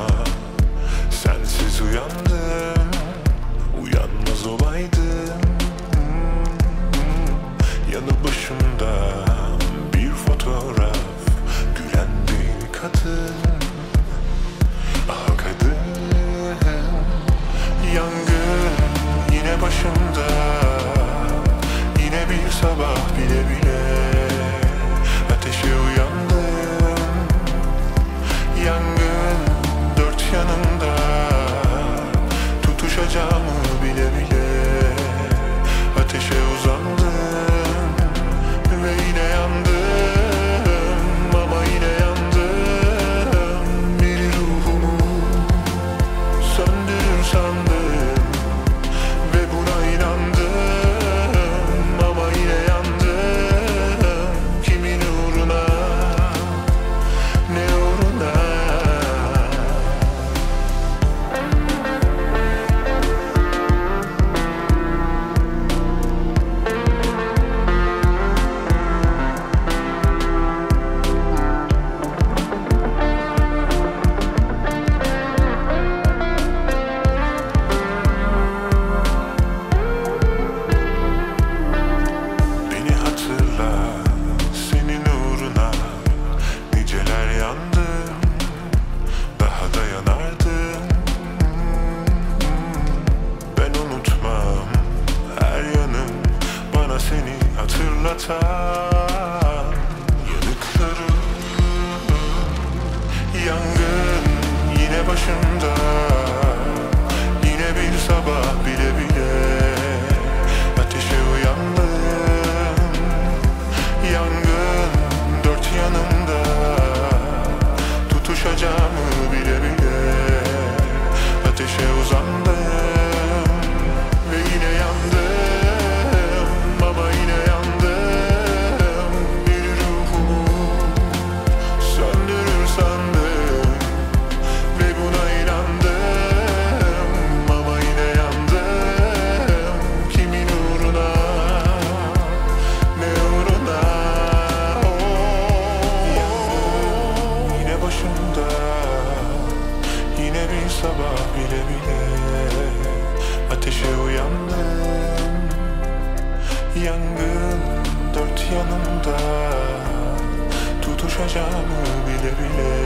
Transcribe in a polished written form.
sensiz uyandım. Uyanmaz olaydım. Yanı başımda bir fotoğraf, gülen bir kadın. Ah kadın, yangın yine başımda. Yine bir sabah bile bile ateşe uyandım. Yangın dört yanımda, tutuşacağımı bile bile ateşe uzandım. Ve yine yandım, ama yine yandım. Biri ruhumu söndürür sandım ve buna inandım. Ama yine yandım. Kimin uğruna, ne uğruna? Beni hatırla, senin uğruna niceler yandım. Daha da yanardım. Ben unutmam her yanım bana seni hatırlatan yanıklarım. Yangın yine başımda. Yine bir sabah bile bile ateşe uyandım. Yangın dört yanımda, tutuşacağımı bile bile ateşe uzandım. Ve yine yandım, ama yine yandım. Bir ruhumu söndürür sandım ve buna inandım. Ama yine yandım. Kimin uğruna, ne uğruna? Yangın yine başımda. Yine bir sabah bile bile ateşe uyandım. Yangın dört yanımda, tutuşacağımı bile bile